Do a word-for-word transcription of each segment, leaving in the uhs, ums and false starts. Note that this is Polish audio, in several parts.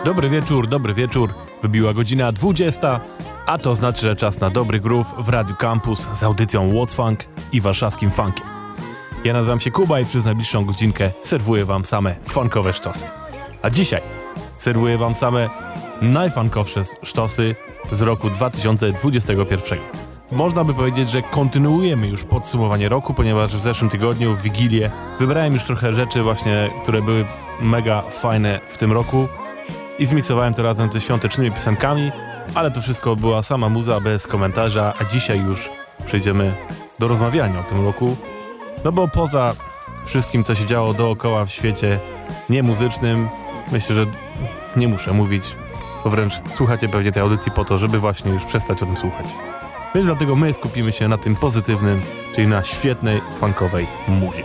Dobry wieczór, dobry wieczór. Wybiła godzina dwudziesta, a to znaczy, że czas na dobry groove w Radiu Campus z audycją What's Funk i warszawskim funkiem. Ja nazywam się Kuba i przez najbliższą godzinkę serwuję wam same funkowe sztosy. A dzisiaj serwuję wam same najfunkowsze sztosy z roku dwa tysiące dwudziestego pierwszego. Można by powiedzieć, że kontynuujemy już podsumowanie roku, ponieważ w zeszłym tygodniu, w Wigilię, wybrałem już trochę rzeczy właśnie, które były mega fajne w tym roku i zmiksowałem to razem ze świątecznymi piosenkami, ale to wszystko była sama muza bez komentarza, a dzisiaj już przejdziemy do rozmawiania o tym roku, no bo poza wszystkim, co się działo dookoła w świecie niemuzycznym, myślę, że nie muszę mówić, bo wręcz słuchacie pewnie tej audycji po to, żeby właśnie już przestać o tym słuchać. Więc dlatego my skupimy się na tym pozytywnym, czyli na świetnej, funkowej muzie.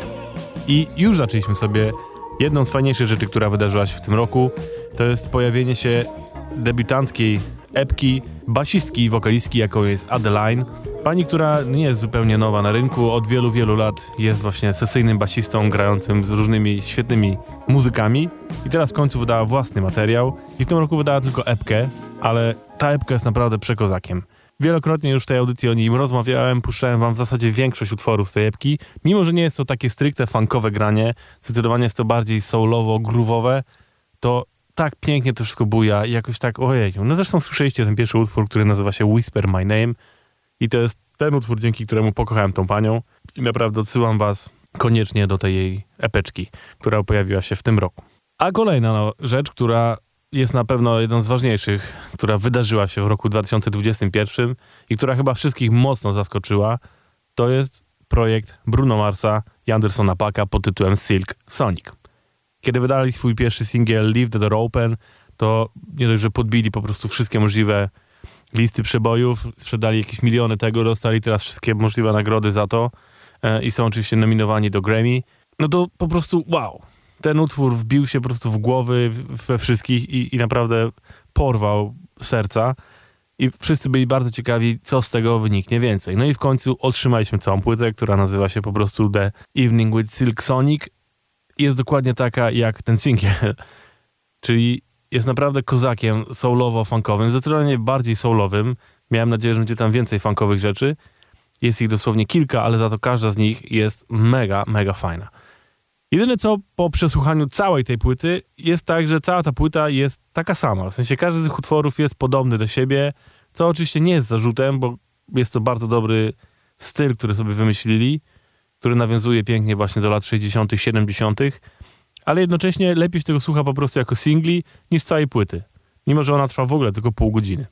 I już zaczęliśmy sobie jedną z fajniejszych rzeczy, która wydarzyła się w tym roku, to jest pojawienie się debiutanckiej epki, basistki i wokalistki, jaką jest Adeline. Pani, która nie jest zupełnie nowa na rynku, od wielu, wielu lat jest właśnie sesyjnym basistą grającym z różnymi świetnymi muzykami i teraz w końcu wydała własny materiał i w tym roku wydała tylko epkę, ale ta epka jest naprawdę przekozakiem. Wielokrotnie już w tej audycji o nim rozmawiałem, puszczałem wam w zasadzie większość utworów z tej epki, mimo że nie jest to takie stricte funkowe granie, zdecydowanie jest to bardziej soulowo, groove'owe, to tak pięknie to wszystko buja i jakoś tak, ojej. No zresztą słyszeliście ten pierwszy utwór, który nazywa się Whisper My Name i to jest ten utwór, dzięki któremu pokochałem tą panią i naprawdę odsyłam was koniecznie do tej jej epeczki, która pojawiła się w tym roku. A kolejna no, rzecz, która jest na pewno jedną z ważniejszych, która wydarzyła się w roku dwa tysiące dwudziestym pierwszym i która chyba wszystkich mocno zaskoczyła, to jest projekt Bruno Marsa i Andersona Paaka pod tytułem Silk Sonic. Kiedy wydali swój pierwszy singiel Leave the Door Open, to nie dość, że podbili po prostu wszystkie możliwe listy przebojów, sprzedali jakieś miliony tego, dostali teraz wszystkie możliwe nagrody za to e, i są oczywiście nominowani do Grammy. No to po prostu wow. Ten utwór wbił się po prostu w głowy we wszystkich i, i naprawdę porwał serca i wszyscy byli bardzo ciekawi, co z tego wyniknie więcej. No i w końcu otrzymaliśmy całą płytę, która nazywa się po prostu The Evening with Silk Sonic i jest dokładnie taka jak ten singiel, czyli jest naprawdę kozakiem soulowo-funkowym, zdecydowanie bardziej soulowym. Miałem nadzieję, że będzie tam więcej funkowych rzeczy. Jest ich dosłownie kilka, ale za to każda z nich jest mega, mega fajna. Jedyne co po przesłuchaniu całej tej płyty jest tak, że cała ta płyta jest taka sama. W sensie każdy z tych utworów jest podobny do siebie, co oczywiście nie jest zarzutem, bo jest to bardzo dobry styl, który sobie wymyślili, który nawiązuje pięknie właśnie do lat sześćdziesiątych, siedemdziesiątych, ale jednocześnie lepiej się tego słucha po prostu jako singli niż całej płyty, mimo że ona trwa w ogóle tylko pół godziny.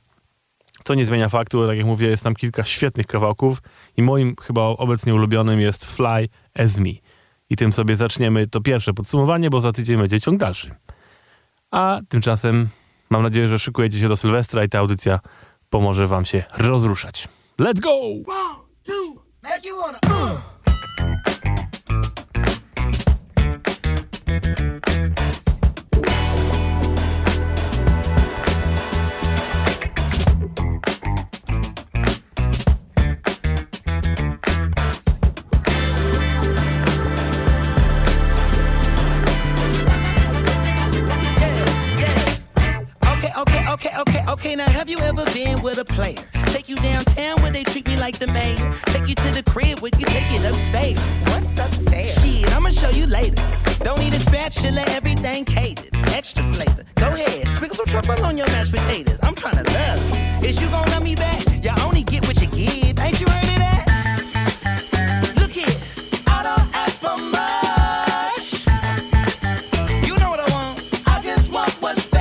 Co nie zmienia faktu, bo tak jak mówię, jest tam kilka świetnych kawałków i moim chyba obecnie ulubionym jest Fly As Me. I tym sobie zaczniemy to pierwsze podsumowanie, bo za tydzień będzie ciąg dalszy. A tymczasem mam nadzieję, że szykujecie się do Sylwestra i ta audycja pomoże wam się rozruszać. Let's go! One, two, like you wanna, uh. Okay, now have you ever been with a player? Take you downtown where they treat me like the mayor. Take you to the crib where you take it upstairs. What's upstairs? Shit, I'ma show you later. Don't need a spatula, everything catered. Extra flavor. Go ahead, sprinkle some truffle on your mashed potatoes. I'm tryna love you. Is you gon' love me back? You only get what you give. Ain't you heard of that? Look here, I don't ask for much. You know what I want. I just want what's fair.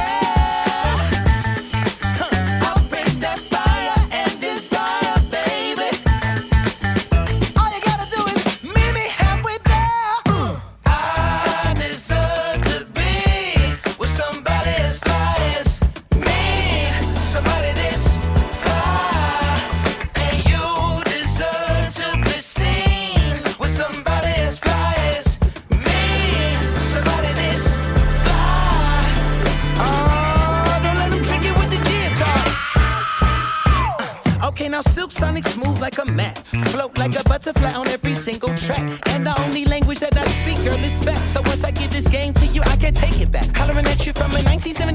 Now Silk Sonic smooth like a mat, float like a butterfly on every single track. And the only language that I speak, girl, is back. So once I give this game to you, I can't take it back. Hollering at you from a nineteen seventy-seven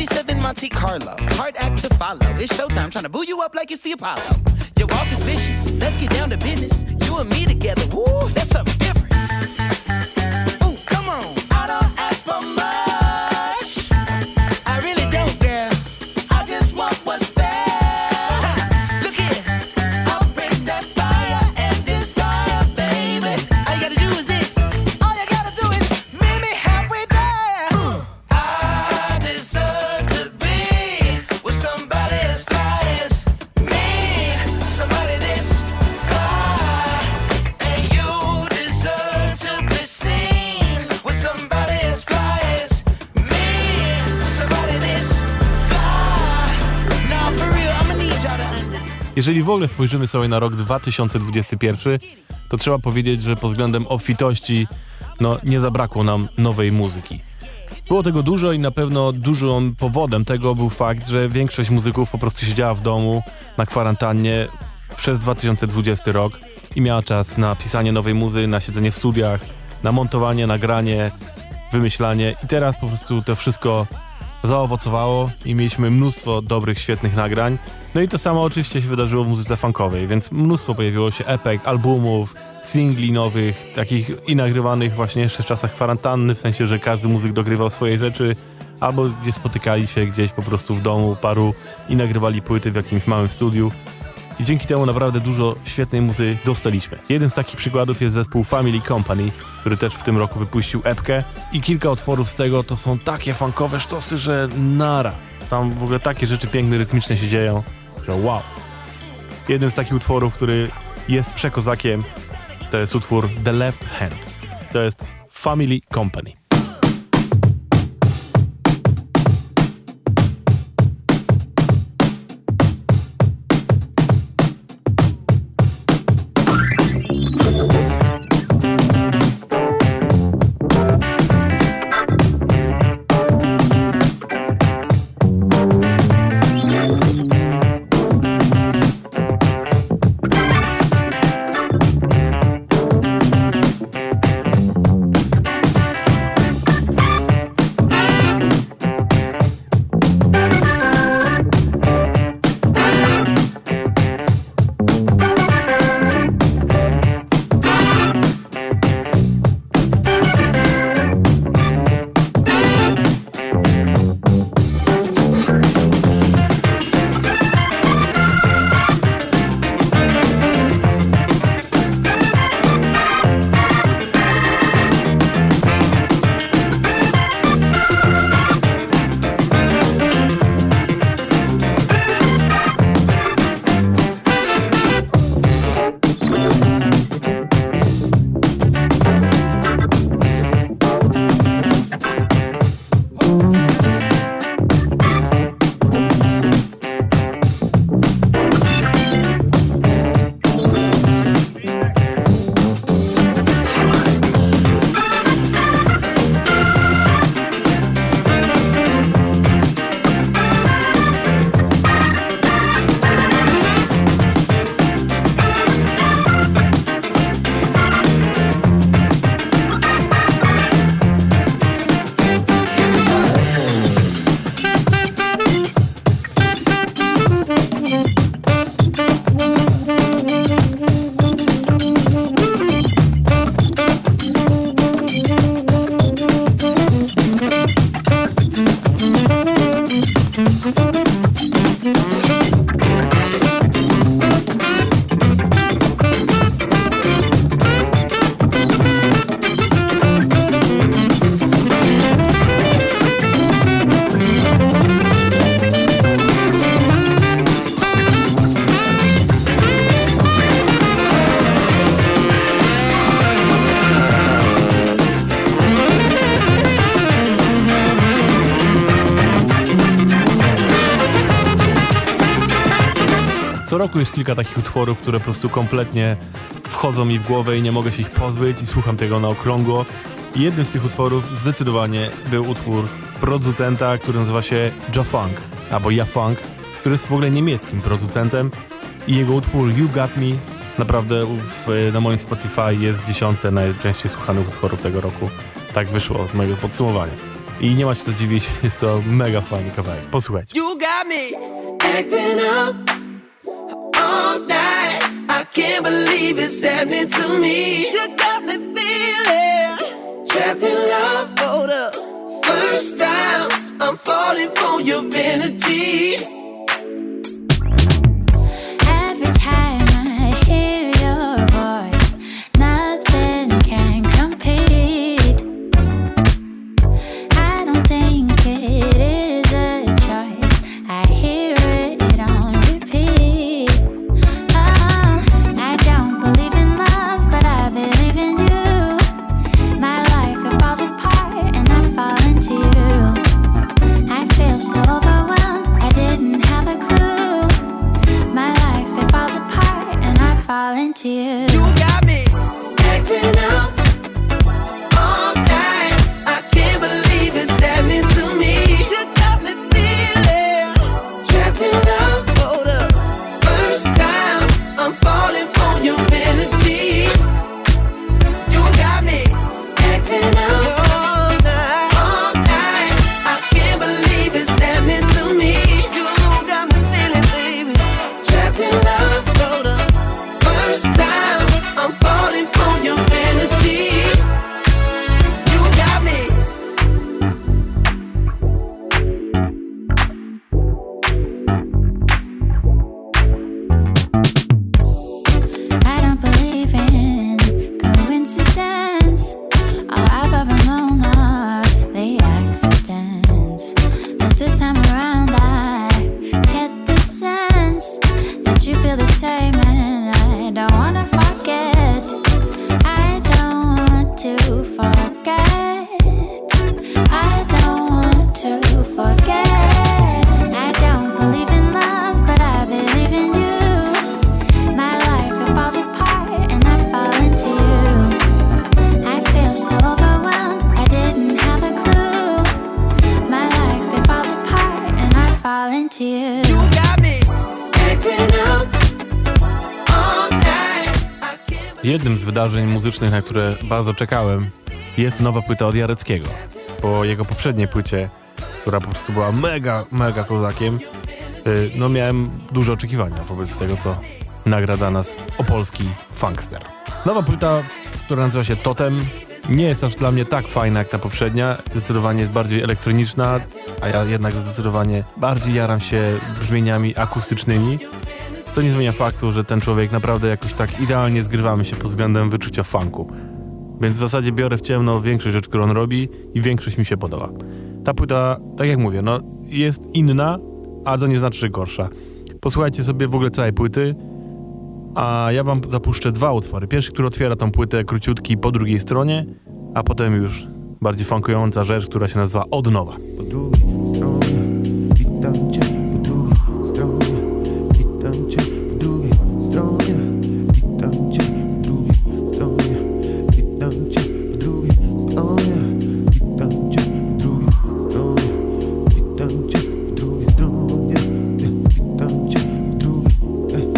Monte Carlo. Hard act to follow. It's showtime, trying to boo you up like it's the Apollo. Your walk is vicious. Let's get down to business. You and me together. Woo, that's something different. Ooh, come on. I don't ask for much. I really don't, girl. I just want what's fair. Look here. I'll bring that fire and desire, baby. All you gotta do is this. All you gotta do is meet me halfway there. Uh. I deserve to be with somebody as fly as me. Somebody this fly. And you deserve to be seen with somebody as fly as me. Somebody this fly. No, for real, I'ma need y'all to understand. Jeżeli w ogóle spojrzymy sobie na rok dwa tysiące dwudziesty pierwszy, to trzeba powiedzieć, że pod względem obfitości no, nie zabrakło nam nowej muzyki. Było tego dużo i na pewno dużym powodem tego był fakt, że większość muzyków po prostu siedziała w domu na kwarantannie przez dwa tysiące dwudziesty rok i miała czas na pisanie nowej muzy, na siedzenie w studiach, na montowanie, nagranie, wymyślanie i teraz po prostu to wszystko zaowocowało i mieliśmy mnóstwo dobrych, świetnych nagrań. No i to samo oczywiście się wydarzyło w muzyce funkowej, więc mnóstwo pojawiło się epek, albumów, singli nowych, takich i nagrywanych właśnie jeszcze w czasach kwarantanny, w sensie, że każdy muzyk dogrywał swoje rzeczy, albo gdzie spotykali się gdzieś po prostu w domu paru i nagrywali płyty w jakimś małym studiu. I dzięki temu naprawdę dużo świetnej muzy dostaliśmy. Jeden z takich przykładów jest zespół Family Company, który też w tym roku wypuścił epkę i kilka utworów z tego to są takie funkowe sztosy, że nara. Tam w ogóle takie rzeczy piękne, rytmiczne się dzieją, że wow. Jeden z takich utworów, który jest przekozakiem, to jest utwór The Left Hand. To jest Family Company. Co roku jest kilka takich utworów, które po prostu kompletnie wchodzą mi w głowę i nie mogę się ich pozbyć i słucham tego na okrągło. I jednym z tych utworów zdecydowanie był utwór producenta, który nazywa się Joe Funk, albo Ja Funk, który jest w ogóle niemieckim producentem i jego utwór You Got Me naprawdę w, na moim Spotify jest w dziesiątce najczęściej słuchanych utworów tego roku. Tak wyszło z mojego podsumowania. I nie ma się co dziwić, jest to mega fajny kawałek. Posłuchajcie. You got me acting up all night. I can't believe it's happening to me. You got me feeling trapped in love. Hold up. First time I'm falling for your energy. Every time I hear your voice, nothing can compete. I don't think it is a choice. I hear it on repeat. Oh, I don't believe in love, but I believe in you. My life, it falls apart and I fall into you. I feel so overwhelmed, I didn't have a clue. My life, it falls apart and I fall into you. You got me acting up all night. I can't believe it's happening to me. You got me feeling trapped in love. Hold up. First time I'm falling for your energy. You got me acting up all night. All night. I can't believe it's happening to me. You got me feeling, baby, trapped in love. Hold up. First time I'm falling for your energy. You got me. I don't believe in coincidence. All I've ever known are the accidents. But this time around I get the sense that you feel the same and I don't wanna forget. I don't want to forget. I don't want to forget. I don't believe in love, but I believe in you. My life, it falls apart and I fall into you. I feel so overwhelmed, I didn't have a clue. My life, it falls apart and I fall into you. You got me acting up all night. I can't. Jednym z wydarzeń muzycznych, na które bardzo czekałem, jest nowa płyta od Jareckiego. Po jego poprzedniej płycie, która po prostu była mega, mega kozakiem, yy, no miałem duże oczekiwania wobec tego, co nagra dla nas opolski funkster. Nowa płyta, która nazywa się Totem, nie jest aż dla mnie tak fajna jak ta poprzednia. Zdecydowanie jest bardziej elektroniczna, a ja jednak zdecydowanie bardziej jaram się brzmieniami akustycznymi. To nie zmienia faktu, że ten człowiek naprawdę jakoś tak idealnie zgrywamy się pod względem wyczucia funku. Więc w zasadzie biorę w ciemno większość rzeczy, którą on robi i większość mi się podoba. Ta płyta, tak jak mówię, no jest inna, ale to nie znaczy, że gorsza. Posłuchajcie sobie w ogóle całej płyty, a ja wam zapuszczę dwa utwory. Pierwszy, który otwiera tą płytę, króciutki, po drugiej stronie, a potem już bardziej funkująca rzecz, która się nazywa Od nowa. Po drugiej stronie, witam cię, po drugiej stronie, witam cię, po drugiej stronie, witam cię, po drugiej stronie, witam cię, po drugiej stronie, witam cię, po drugiej stronie, witam cię, po drugiej stronie, witam cię, po drugiej.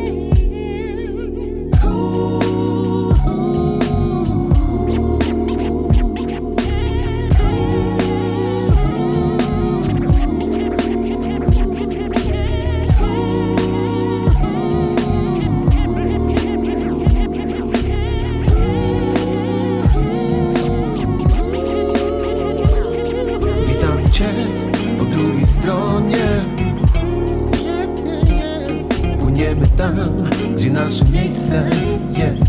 Witam cię po drugiej stronie. Płyniemy tam, gdzie nasze miejsce jest.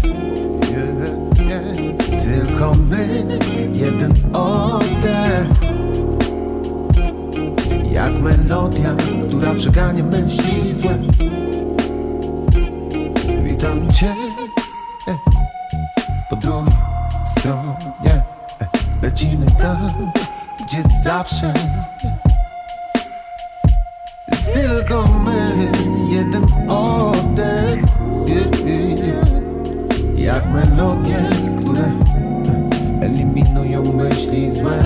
Tylko my, jeden oddech. Jak melodia, która przegania myśli złe. Witam cię po drugiej stronie. Lecimy tam, gdzie zawsze tylko my, jeden oddech. Jak melodie, które eliminują myśli złe.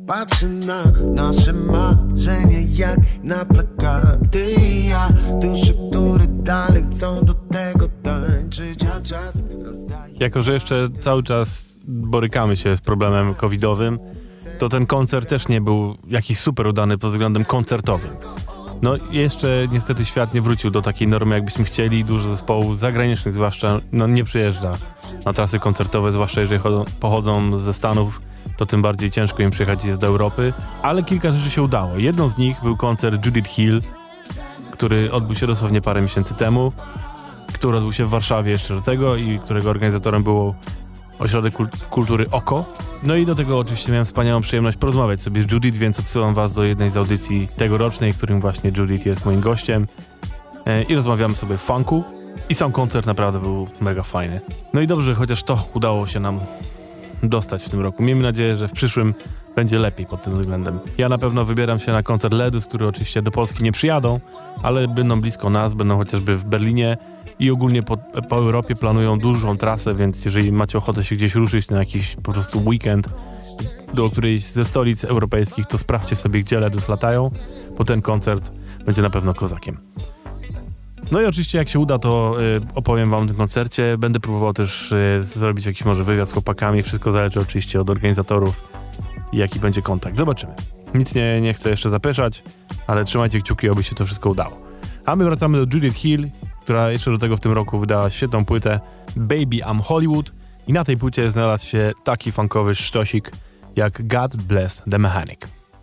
Patrzę na nasze marzenia jak na plakaty. Ja dusze, które dalej chcą do tego tańczyć, a czas rozdaje. Jako że jeszcze cały czas borykamy się z problemem covidowym, to ten koncert też nie był jakiś super udany pod względem koncertowym. No jeszcze niestety świat nie wrócił do takiej normy, jakbyśmy chcieli. Dużo zespołów zagranicznych zwłaszcza no, nie przyjeżdża na trasy koncertowe, zwłaszcza jeżeli chodzą, pochodzą ze Stanów, to tym bardziej ciężko im przyjechać jest do Europy. Ale kilka rzeczy się udało. Jedną z nich był koncert Judith Hill, który odbył się dosłownie parę miesięcy temu, który odbył się w Warszawie jeszcze do tego i którego organizatorem było Ośrodek Kultury Oko. No i do tego oczywiście miałem wspaniałą przyjemność porozmawiać sobie z Judith, więc odsyłam was do jednej z audycji tegorocznej, w którym właśnie Judith jest moim gościem e, i rozmawiamy sobie w funku i sam koncert naprawdę był mega fajny. No i dobrze, chociaż to udało się nam dostać w tym roku. Miejmy nadzieję, że w przyszłym będzie lepiej pod tym względem. Ja na pewno wybieram się na koncert Ledus, który oczywiście do Polski nie przyjadą, ale będą blisko nas, będą chociażby w Berlinie i ogólnie po, po Europie planują dużą trasę, więc jeżeli macie ochotę się gdzieś ruszyć na jakiś po prostu weekend do którejś ze stolic europejskich, to sprawdźcie sobie, gdzie Ledus latają, bo ten koncert będzie na pewno kozakiem. No i oczywiście jak się uda, to y, opowiem wam o tym koncercie. Będę próbował też y, zrobić jakiś może wywiad z chłopakami. Wszystko zależy oczywiście od organizatorów i jaki będzie kontakt. Zobaczymy. Nic nie, nie chcę jeszcze zapeszać, ale trzymajcie kciuki, aby się to wszystko udało. A my wracamy do Judith Hill, która jeszcze do tego w tym roku wydała świetną płytę Baby I'm Hollywood i na tej płycie znalazł się taki funkowy sztosik jak God Bless the Mechanic.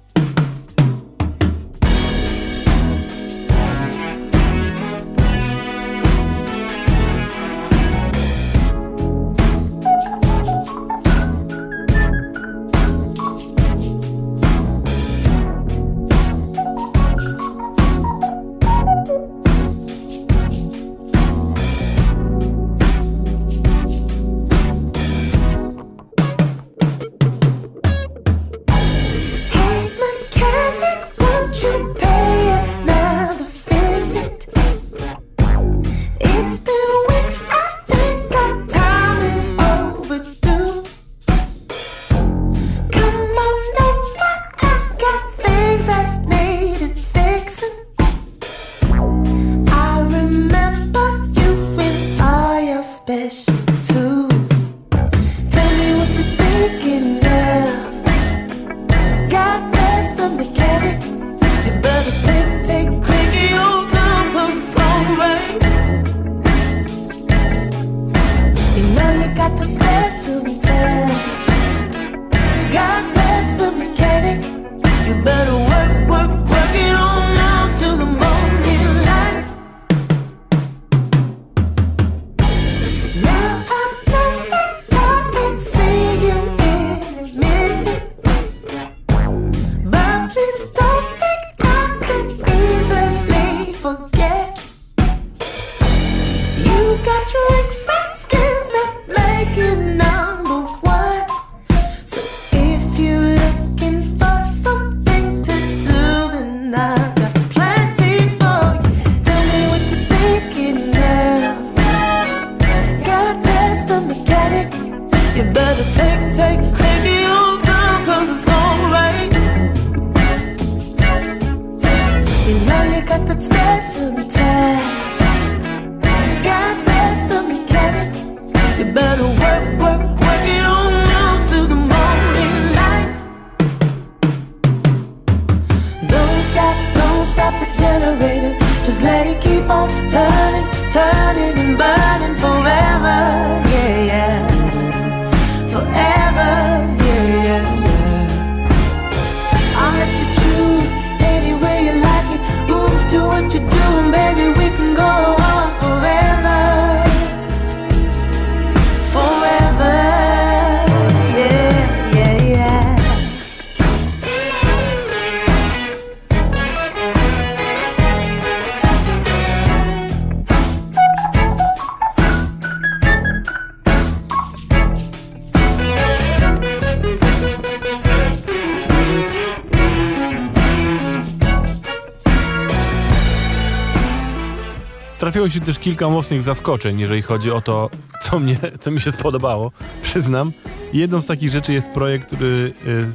Trafiło się też kilka mocnych zaskoczeń, jeżeli chodzi o to, co, mnie, co mi się spodobało, przyznam. Jedną z takich rzeczy jest projekt, który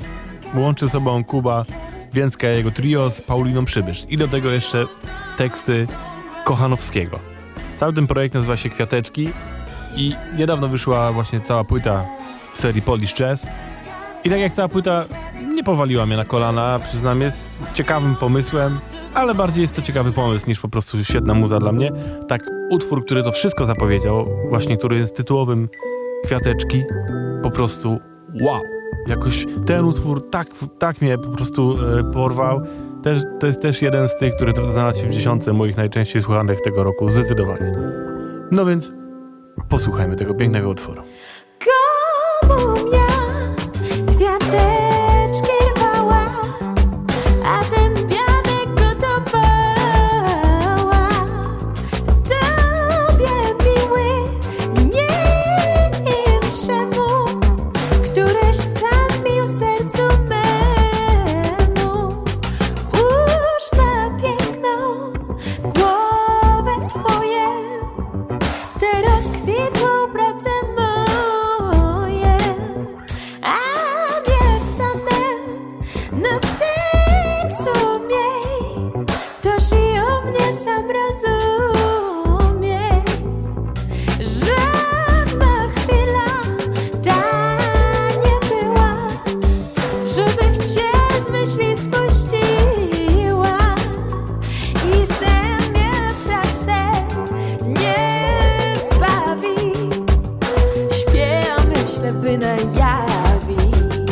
łączy sobą Kuba Więcka i jego trio z Pauliną Przybysz. I do tego jeszcze teksty Kochanowskiego. Cały ten projekt nazywa się Kwiateczki i niedawno wyszła właśnie cała płyta w serii Polish Jazz. I tak jak cała płyta nie powaliła mnie na kolana, przyznam, jest ciekawym pomysłem, ale bardziej jest to ciekawy pomysł niż po prostu świetna muza dla mnie. Tak utwór, który to wszystko zapowiedział, właśnie który jest tytułowym Kwiateczki, po prostu wow. Jakoś ten utwór tak, tak mnie po prostu e, porwał. Też, to jest też jeden z tych, który znalazł się w dziesiątce moich najczęściej słuchanych tego roku, zdecydowanie. No więc posłuchajmy tego pięknego utworu. Komu ja kwiateczki rwała, a ten wianek gotowała. Tobie miły, nie inszemu, któreś sam mi w sercu memu. Włóż na piękną głowę twoje tę rozkwitłą pracę moje, a mnie same na sercu miej, toż i o mnie sam rozumie. Żadna chwila ta nie była, żebych cię z myśli spuściła i sen mnie pracę nie zbawi. Śpię, a myślę, by na jawi.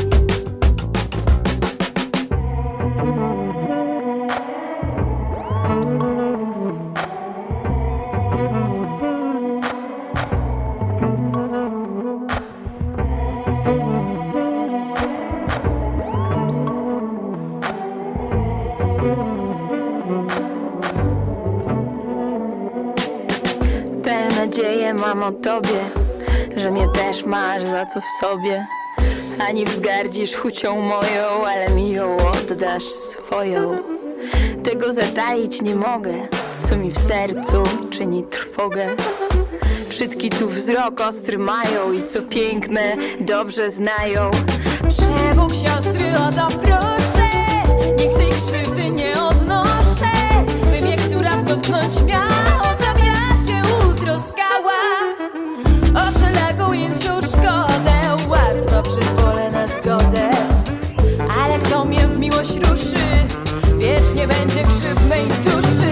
Tę nadzieję mam o tobie, że mnie też masz za co w sobie. Ani wzgardzisz chucią moją, ale mi ją oddasz swoją. Tego zataić nie mogę, co mi w sercu czyni trwogę. Brzydki tu wzrok ostry mają i co piękne dobrze znają. Przebóg siostry, o to proszę, niech tej krzywdy nie odnoszę, by mnie która dotknąć miała, o co ja się utroskała. O wszelaką inszą szkodę, łacno przyzwolę na zgodę. Ale kto mnie w miłość ruszy, wiecznie będzie krzyw mej duszy.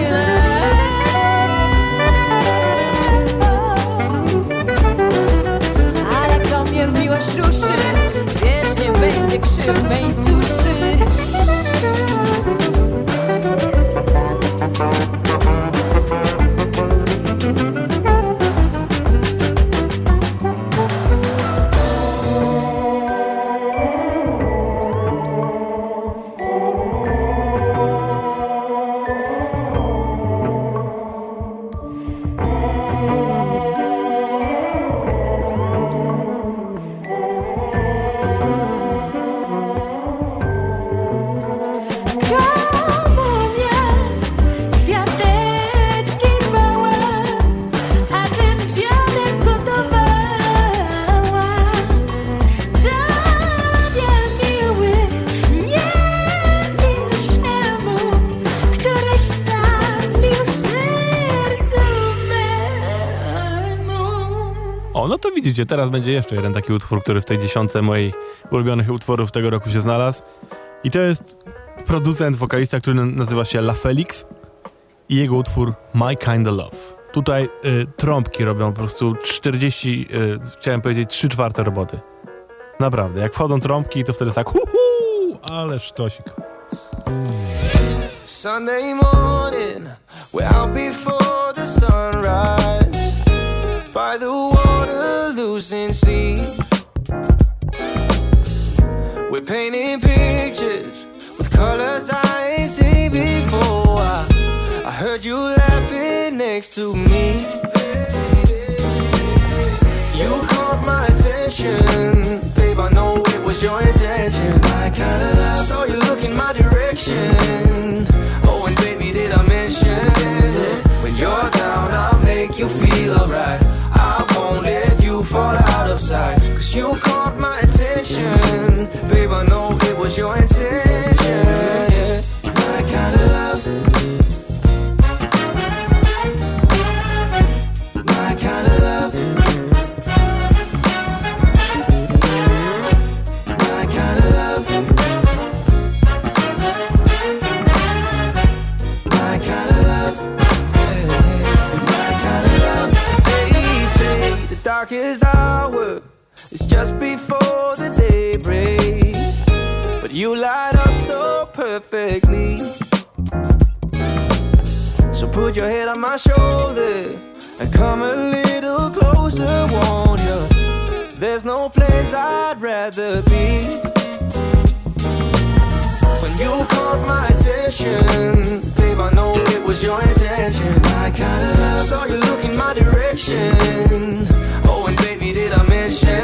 Ale kto mnie w miłość ruszy, wiecznie będzie krzyw mej duszy. No to widzicie, teraz będzie jeszcze jeden taki utwór, który w tej dziesiątce moich ulubionych utworów tego roku się znalazł. I to jest producent, wokalista, który nazywa się La Felix i jego utwór My Kinda Love. Tutaj y, trąbki robią po prostu czterdzieści, y, chciałem powiedzieć trzy czwarte roboty. Naprawdę, jak wchodzą trąbki, to wtedy tak huhu, ale sztosik. Sunday morning, we're out before the sunrise, by the water losing sleep. We're painting pictures with colors I ain't seen before. I, I heard you laughing next to me. You caught my attention, babe, I know it was your intention. I kinda love, saw you look in my direction. Oh, and baby, did I mention it? When you're down, I'll make you feel alright. I won't let you fall out of sight, 'cause you caught my attention, babe, I know know it was your intention. Yeah. My kind of love. My kind of love. My kind of love. My kind of love. My kind of love. They say the darkest hour is just before the day breaks, but you light up so perfectly. So put your head on my shoulder and come a little closer, won't you? There's no place I'd rather be. When you caught my attention, babe, I know it was your intention. I kinda love. Saw you look in my direction. Oh, and baby, did I mention?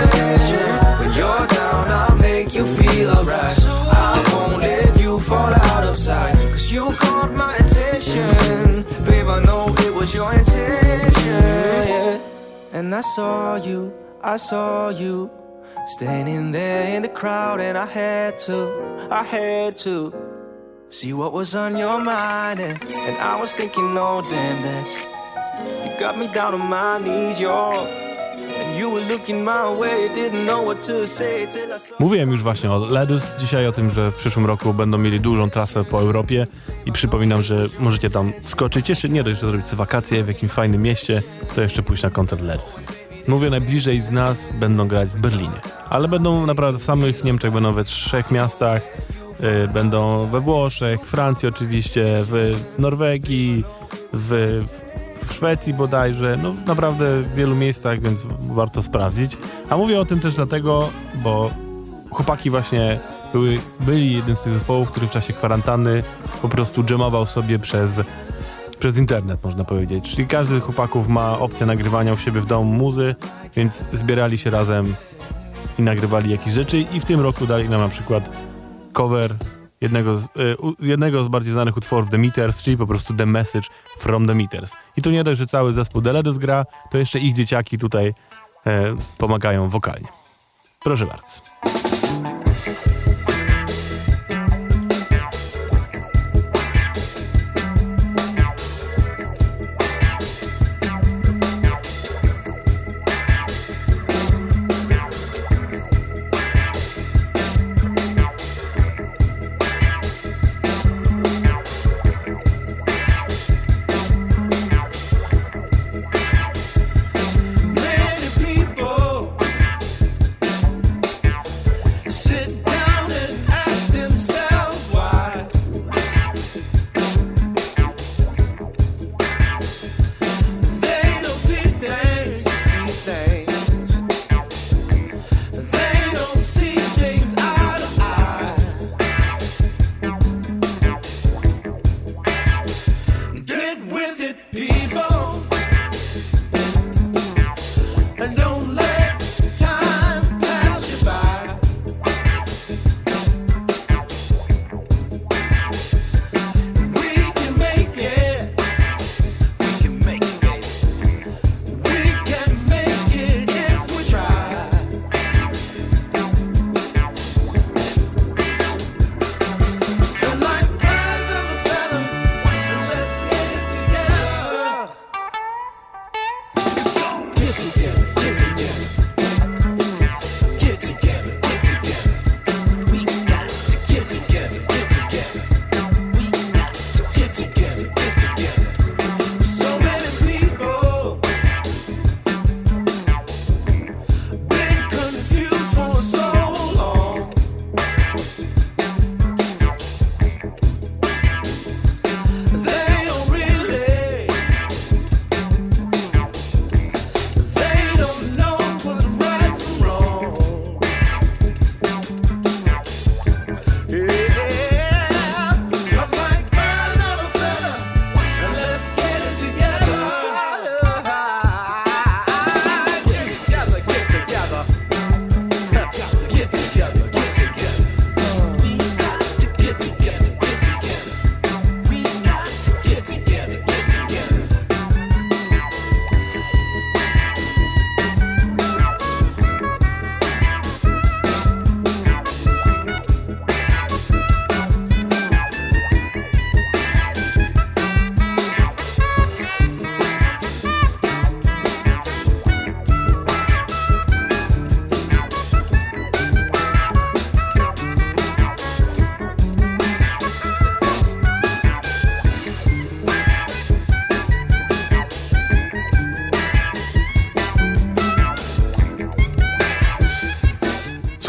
When you're down, I'll make you feel alright. I won't let you fall out of sight. Cause you caught my attention. Babe, I know it was your intention. Yeah. And I saw you, I saw you standing there in the crowd, and I had to, I had to see what was on your mind. And, and I was thinking, oh damn, that's, you got me down on my knees, yo. And you were looking my way, didn't know what to say till I saw. Mówiłem już właśnie o Ledus dzisiaj, o tym, że w przyszłym roku będą mieli dużą trasę po Europie i przypominam, że możecie tam skoczyć, jeszcze nie dość, że zrobić sobie wakacje w jakimś fajnym mieście, to jeszcze pójść na koncert Ledus. Mówię, najbliżej z nas będą grać w Berlinie, ale będą naprawdę w samych Niemczech, będą we trzech miastach, yy, będą we Włoszech, Francji oczywiście, w Norwegii, w, w Szwecji bodajże, no naprawdę w wielu miejscach, więc warto sprawdzić. A mówię o tym też dlatego, bo chłopaki właśnie były, byli jednym z tych zespołów, który w czasie kwarantanny po prostu dżemował sobie przez przez internet, można powiedzieć. Czyli każdy z chłopaków ma opcję nagrywania u siebie w domu muzy, więc zbierali się razem i nagrywali jakieś rzeczy i w tym roku dali nam na przykład cover jednego z, y, jednego z bardziej znanych utworów The Meters, czyli po prostu The Message from The Meters. I tu nie dość, że cały zespół The Ledus gra, to jeszcze ich dzieciaki tutaj y, pomagają wokalnie. Proszę bardzo. See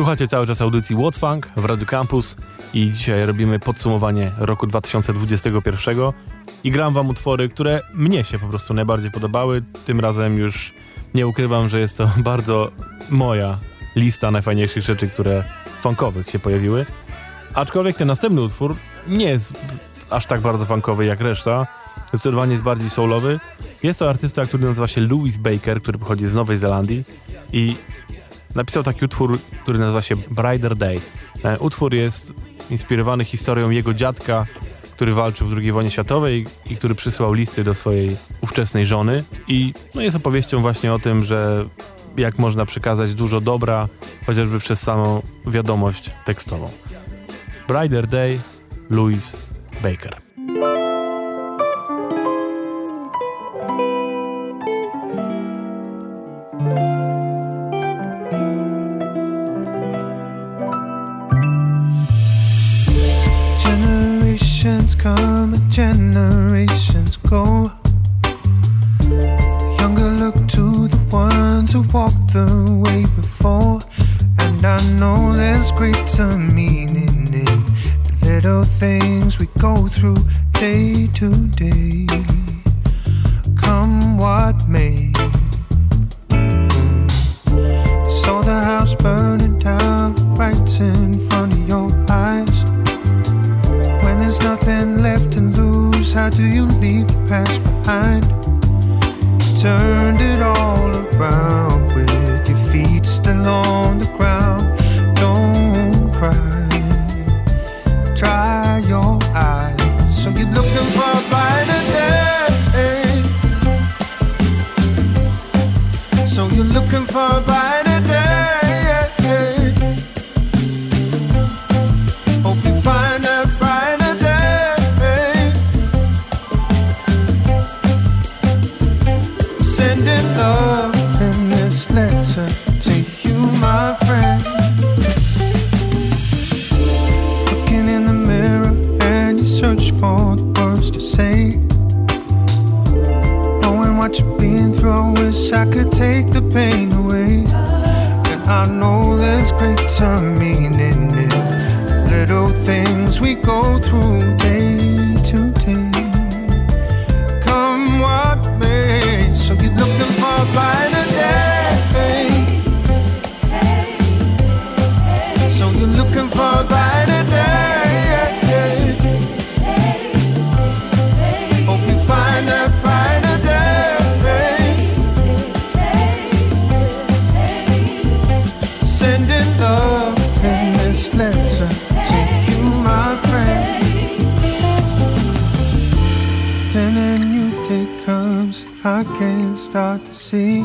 Słuchacie cały czas audycji What's Funk w Radio Campus i dzisiaj robimy podsumowanie roku dwa tysiące dwudziestego pierwszego i gram wam utwory, które mnie się po prostu najbardziej podobały. Tym razem już nie ukrywam, że jest to bardzo moja lista najfajniejszych rzeczy, które funkowych się pojawiły. Aczkolwiek ten następny utwór nie jest aż tak bardzo funkowy jak reszta. Zdecydowanie jest bardziej soulowy. Jest to artysta, który nazywa się Louis Baker, który pochodzi z Nowej Zelandii i napisał taki utwór, który nazywa się Brighter Day. Ten utwór jest inspirowany historią jego dziadka, który walczył w drugiej wojnie światowej i który przysłał listy do swojej ówczesnej żony. I no, jest opowieścią właśnie o tym, że jak można przekazać dużo dobra, chociażby przez samą wiadomość tekstową. Brighter Day, Louis Baker. Generations come and generations go. The younger look to the ones who walked the way before. And I know there's greater meaning in the little things we go through day to day. Come what may. Mm. Saw the house burning down right in front of your eyes. When there's nothing left to lose, how do you leave the past behind? You turned it all around with your feet still on the ground. Don't cry, dry your eyes. So you're looking for a brighter day. So you're looking for a brighter day. Hope you find a brighter day. Sending love in this letter to you, my friend. Looking in the mirror and you search for the words to say. Knowing what you've been through, I wish I could take the pain away. And I know there's greater meaning in little things we go through day to day. Come what may. So you're looking for a brighter day. So you're looking for a brighter day. Hope you find a brighter day. Sending love in this letter to you, my friend. Then a new day comes, I can start to see.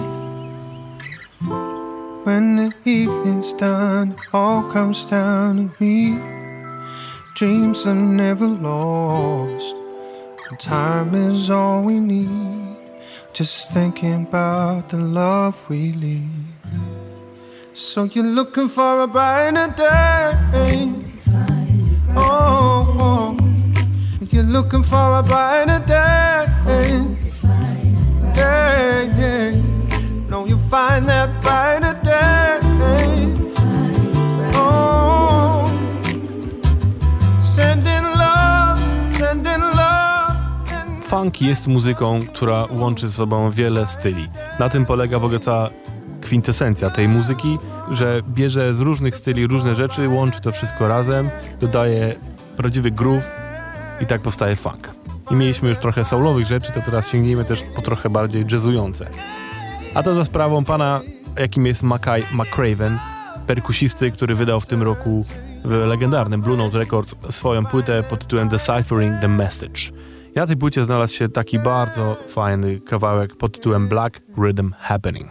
When the evening's done, it all comes down to me. Dreams are never lost, and time is all we need. Just thinking about the love we leave. So you're looking for a brighter day. Oh, oh. You're looking for a brighter day. Yeah, yeah. No, you'll find that brighter day. Oh, sending love, sending love. Funk jest muzyką, która łączy ze sobą wiele styli. Na tym polega w ogóle cała kwintesencja tej muzyki, że bierze z różnych styli różne rzeczy, łączy to wszystko razem, dodaje prawdziwy groove i tak powstaje funk. I mieliśmy już trochę soulowych rzeczy, to teraz sięgnijmy też po trochę bardziej jazzujące. A to za sprawą pana, jakim jest Mackay McCraven, perkusisty, który wydał w tym roku w legendarnym Blue Note Records swoją płytę pod tytułem Deciphering the Message. I na tej płycie znalazł się taki bardzo fajny kawałek pod tytułem Black Rhythm Happening.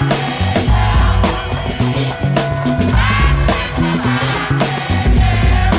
Yeah.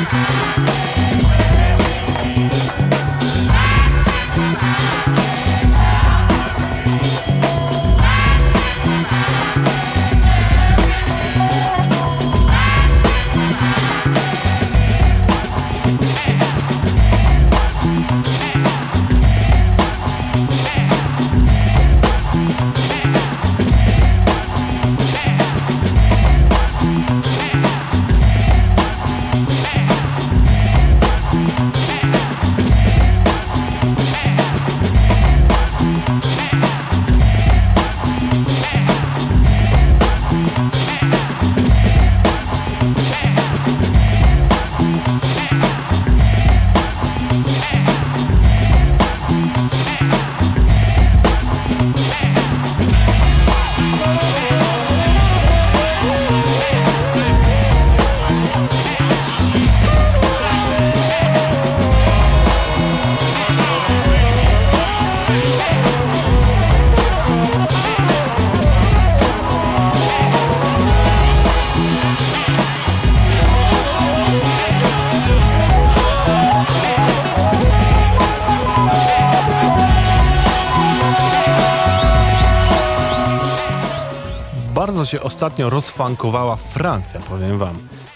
Bardzo się ostatnio rozfankowała Francja, powiem wam.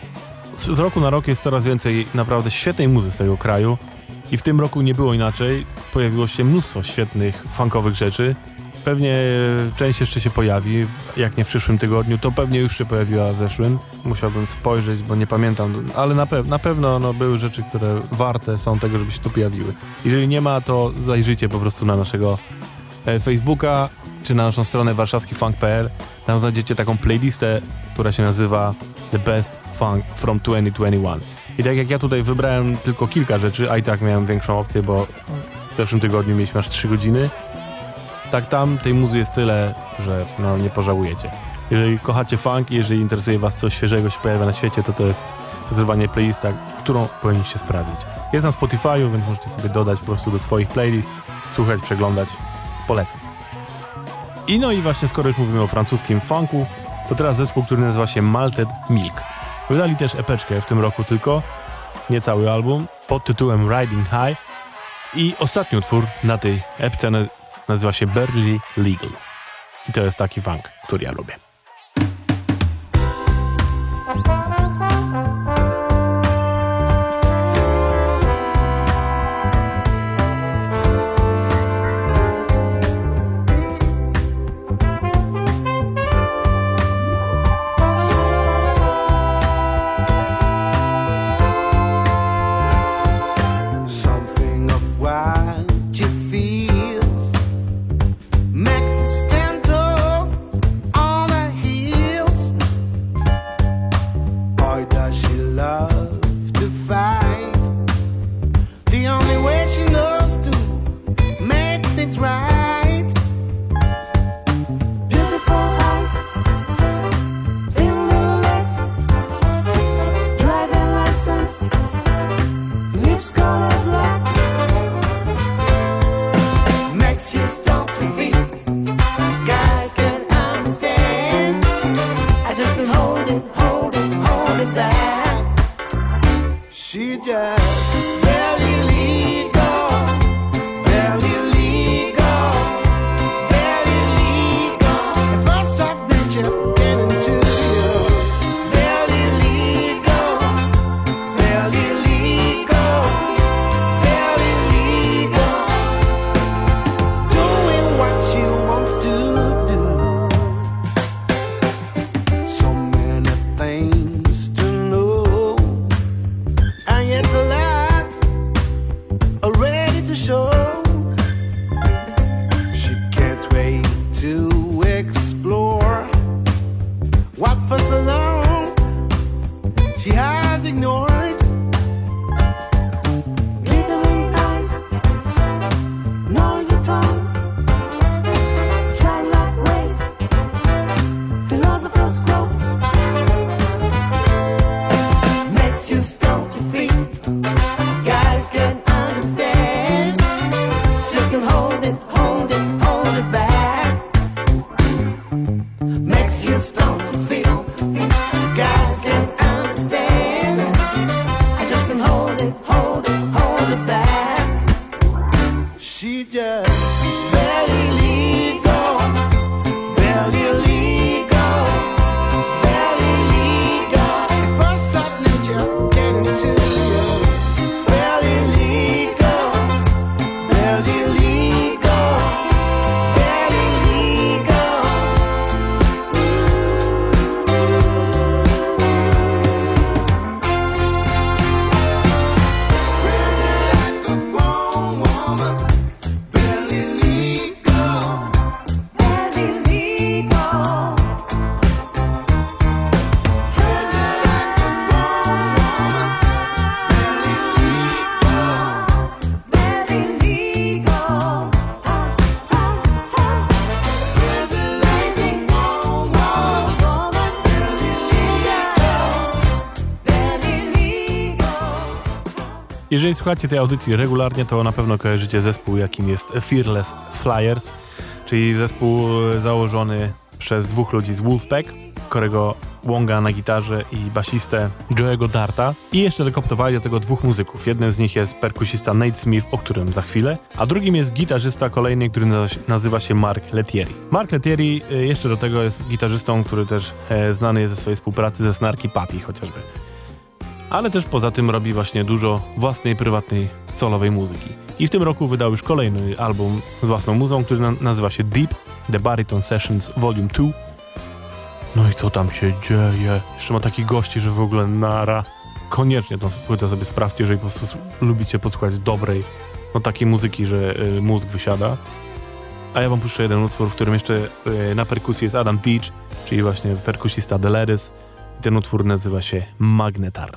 Z roku na rok jest coraz więcej naprawdę świetnej muzyki z tego kraju i w tym roku nie było inaczej. Pojawiło się mnóstwo świetnych funkowych rzeczy. Pewnie część jeszcze się pojawi, jak nie w przyszłym tygodniu, to pewnie już się pojawiła w zeszłym. Musiałbym spojrzeć, bo nie pamiętam, ale na, pe- na pewno no, były rzeczy, które warte są tego, żeby się tu pojawiły. Jeżeli nie ma, to zajrzyjcie po prostu na naszego e, Facebooka, czy na naszą stronę warszawski funk kropka p l. Tam znajdziecie taką playlistę, która się nazywa The Best Funk from twenty twenty-one. I tak jak ja tutaj wybrałem tylko kilka rzeczy, a i tak miałem większą opcję, bo w zeszłym tygodniu mieliśmy aż trzy godziny, tak tam tej muzy jest tyle, że no nie pożałujecie. Jeżeli kochacie funk i jeżeli interesuje was coś świeżego się pojawia na świecie, to to jest zdecydowanie playlista, którą powinniście sprawdzić. Jest na Spotify'u, więc możecie sobie dodać po prostu do swoich playlist, słuchać, przeglądać. Polecam. I no i właśnie skoro już mówimy o francuskim funku, to teraz zespół, który nazywa się Malted Milk. Wydali też epeczkę w tym roku tylko, nie cały album, pod tytułem Riding High i ostatni utwór na tej epce nazywa się Barely Legal. I to jest taki funk, który ja lubię. Makes you stomp your feet. Guys can't understand. Jeżeli słuchacie tej audycji regularnie, to na pewno kojarzycie zespół, jakim jest Fearless Flyers, czyli zespół założony przez dwóch ludzi z Wolfpack, Corego Wonga na gitarze i basistę Joe'ego Darta. I jeszcze dokoptowali do tego dwóch muzyków. Jednym z nich jest perkusista Nate Smith, o którym za chwilę, a drugim jest gitarzysta kolejny, który nazywa się Mark Lettieri. Mark Lettieri jeszcze do tego jest gitarzystą, który też e, znany jest ze swojej współpracy ze Snarky Puppy chociażby. Ale też poza tym robi właśnie dużo własnej, prywatnej, solowej muzyki. I w tym roku wydał już kolejny album z własną muzą, który na- nazywa się Deep, The Baritone Sessions Volume two. No i co tam się dzieje? Jeszcze ma takich gości, że w ogóle nara. Koniecznie tą płytę sobie sprawdźcie, jeżeli po prostu lubicie posłuchać dobrej, no takiej muzyki, że y, mózg wysiada. A ja wam puszczę jeden utwór, w którym jeszcze y, na perkusji jest Adam Teach, czyli właśnie perkusista The Ledys. I ten utwór nazywa się Magnetar.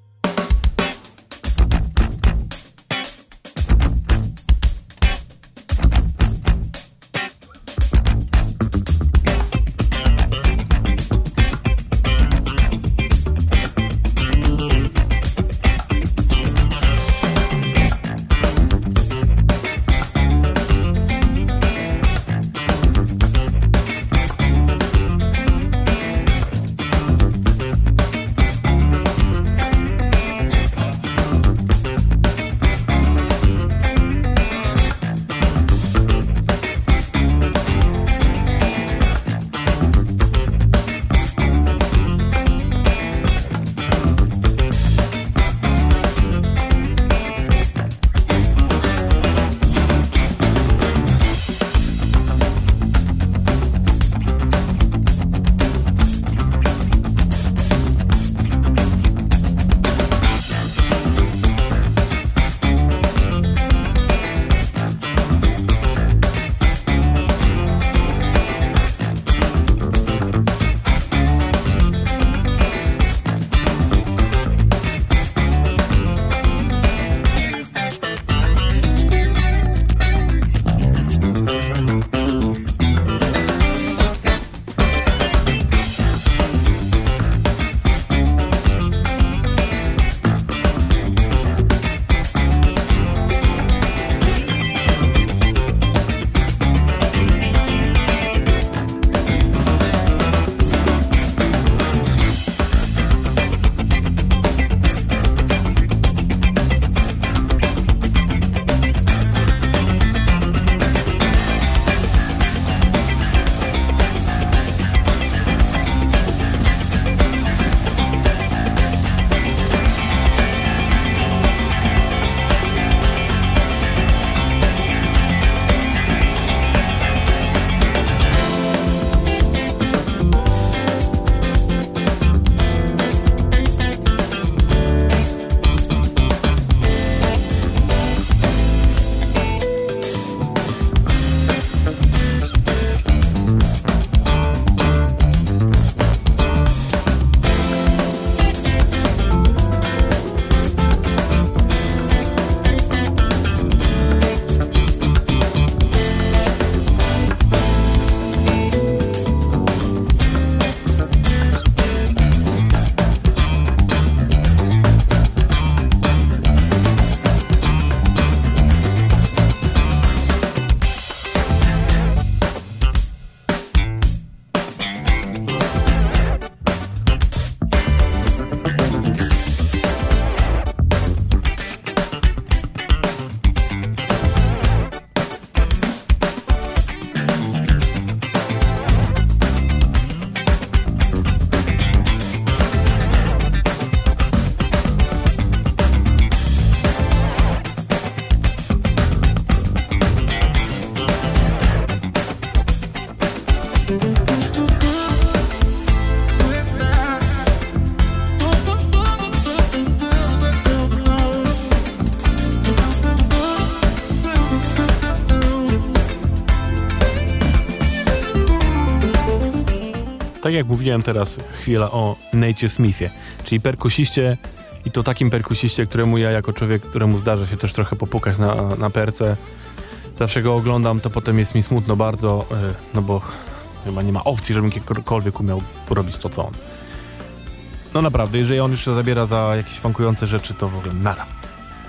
Tak jak mówiłem teraz chwilę o Nate'cie Smithie, czyli perkusiście i to takim perkusiście, któremu ja jako człowiek, któremu zdarza się też trochę popukać na, na perce, zawsze go oglądam, to potem jest mi smutno bardzo, no bo chyba nie ma opcji, żebym kiedykolwiek umiał porobić to, co on. No naprawdę, jeżeli on już się zabiera za jakieś funkujące rzeczy, to w ogóle nara.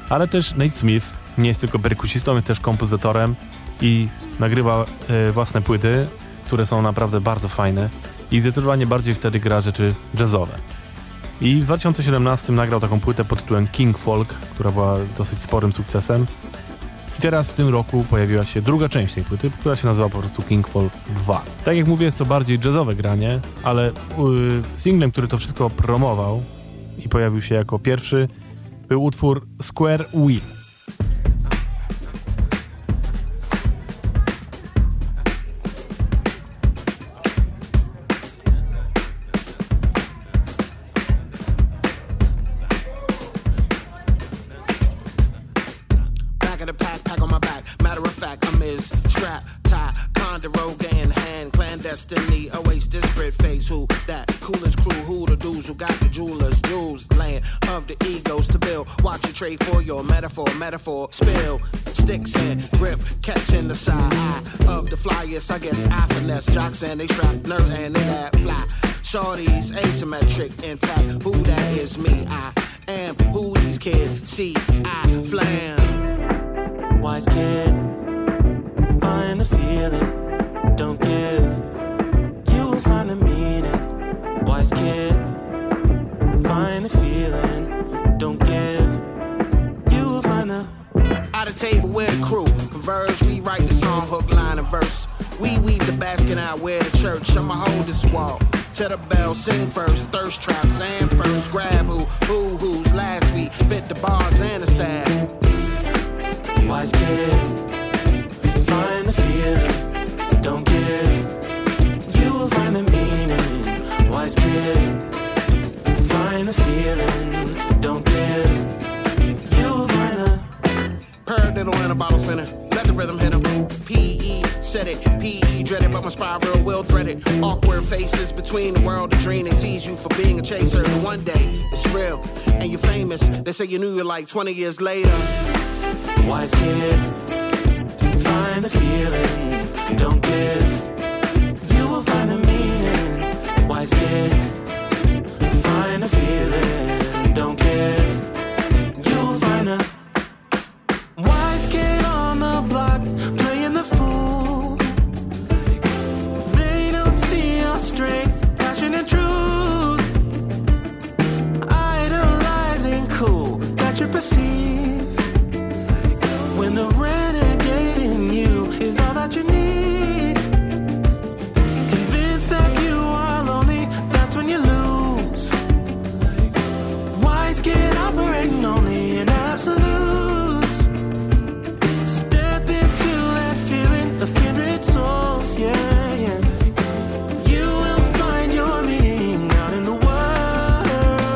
Ale też Nate Smith nie jest tylko perkusistą, jest też kompozytorem i nagrywa y, własne płyty, które są naprawdę bardzo fajne i zdecydowanie bardziej wtedy gra rzeczy jazzowe. I w dwa tysiące siedemnastym nagrał taką płytę pod tytułem King Folk, która była dosyć sporym sukcesem. I teraz w tym roku pojawiła się druga część tej płyty, która się nazywa po prostu King Folk dwa. Tak jak mówię, jest to bardziej jazzowe granie, ale yy, singlem, który to wszystko promował i pojawił się jako pierwszy, był utwór Square Wheel. Destiny awaits this spread face. Who that coolest crew? Who the dudes who got the jewelers? Jewels, land of the egos to build. Watch it trade for your metaphor. Metaphor spill sticks and grip, catching the side of the flyest. I guess I finesse jocks and they strap nerve and they that fly. Shorties asymmetric intact. Who that is me? I am who these kids see. I flam. Wise kid, find the feeling. Don't give. Find the meaning, wise kid. Find the feeling, don't give. You will find the. At a table with a crew, converge. We write the song, hook, line, and verse. We weave the basket out, wear the church. I'ma hold this wall to the bell, sing first, thirst traps and first. Grab who, who, who's last week. Fit the bars and the staff. Wise kid, find the feeling, don't give. Find the meaning, wise kid. Find the feeling, don't give. You'll find the paradiddle in a bottle spinner. Let the rhythm hit him. P E said it, P E dreaded, but my spiral will thread it. Awkward faces between the world and dream. They tease you for being a chaser. But one day it's real and you're famous. They say you knew you like twenty years later. Wise kid, find the feeling, don't give. Find the meaning, wise kid. Find the feeling, don't give. You'll find a wise kid on the block, playing the fool. They don't see your strength, passion and truth. Idolizing cool that you perceive. When the renegade in you is all that you need. Only in absolutes. Step into that feeling of kindred souls, yeah, yeah. You will find your meaning out in the world.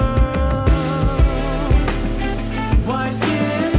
Wise kid,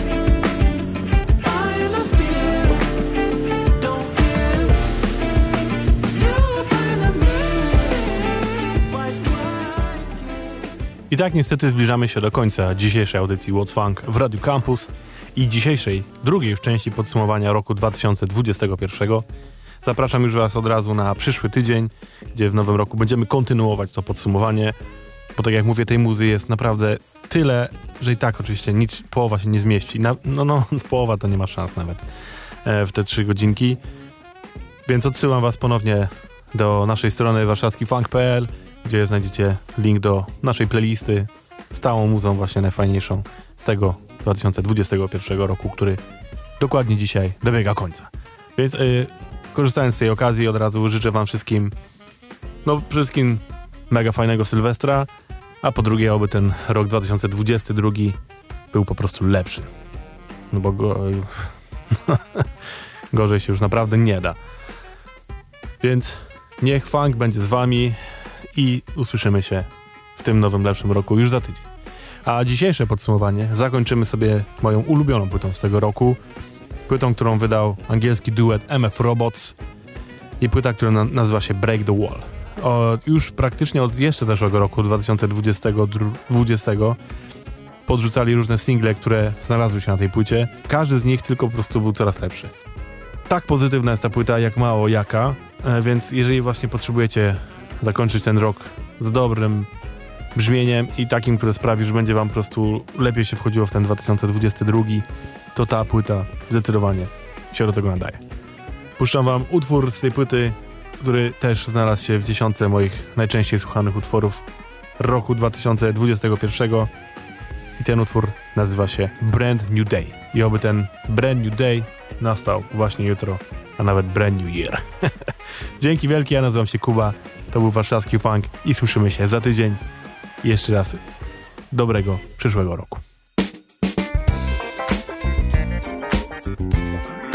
find the feeling, don't give. You will find the meaning. Wise kid. I tak niestety zbliżamy się do końca dzisiejszej audycji What's Funk w Radio Campus i dzisiejszej, drugiej już części podsumowania roku dwa tysiące dwudziestego pierwszego. Zapraszam już Was od razu na przyszły tydzień, gdzie w nowym roku będziemy kontynuować to podsumowanie, bo tak jak mówię, tej muzy jest naprawdę tyle, że i tak oczywiście nic, połowa się nie zmieści. Na, no, no, połowa to nie ma szans nawet e, w te trzy godzinki. Więc odsyłam Was ponownie do naszej strony warszawski funk kropka p l, gdzie znajdziecie link do naszej playlisty z całą muzą właśnie najfajniejszą z tego dwa tysiące dwudziestego pierwszego roku, który dokładnie dzisiaj dobiega końca. Więc yy, korzystając z tej okazji od razu życzę Wam wszystkim, no przede wszystkim mega fajnego Sylwestra, a po drugie, oby ten rok dwa tysiące dwudziesty drugi był po prostu lepszy. No bo go, gorzej się już naprawdę nie da. Więc niech funk będzie z Wami i usłyszymy się w tym nowym, lepszym roku już za tydzień. A dzisiejsze podsumowanie zakończymy sobie moją ulubioną płytą z tego roku. Płytą, którą wydał angielski duet M F Robots i płyta, która na- nazywa się Break the Wall. O, już praktycznie od jeszcze zeszłego roku, dwa tysiące dwudziestego, podrzucali różne single, które znalazły się na tej płycie. Każdy z nich tylko po prostu był coraz lepszy. Tak pozytywna jest ta płyta, jak mało jaka, e, więc jeżeli właśnie potrzebujecie zakończyć ten rok z dobrym brzmieniem i takim, które sprawi, że będzie wam po prostu lepiej się wchodziło w ten dwa tysiące dwudziesty drugi, to ta płyta zdecydowanie się do tego nadaje. Puszczam wam utwór z tej płyty, który też znalazł się w dziesiątce moich najczęściej słuchanych utworów roku dwa tysiące dwudziestego pierwszego i ten utwór nazywa się Brand New Day. I oby ten Brand New Day nastał właśnie jutro, a nawet Brand New Year. Dzięki wielkie, ja nazywam się Kuba, to był warszawski funk i słyszymy się za tydzień. I jeszcze raz dobrego przyszłego roku.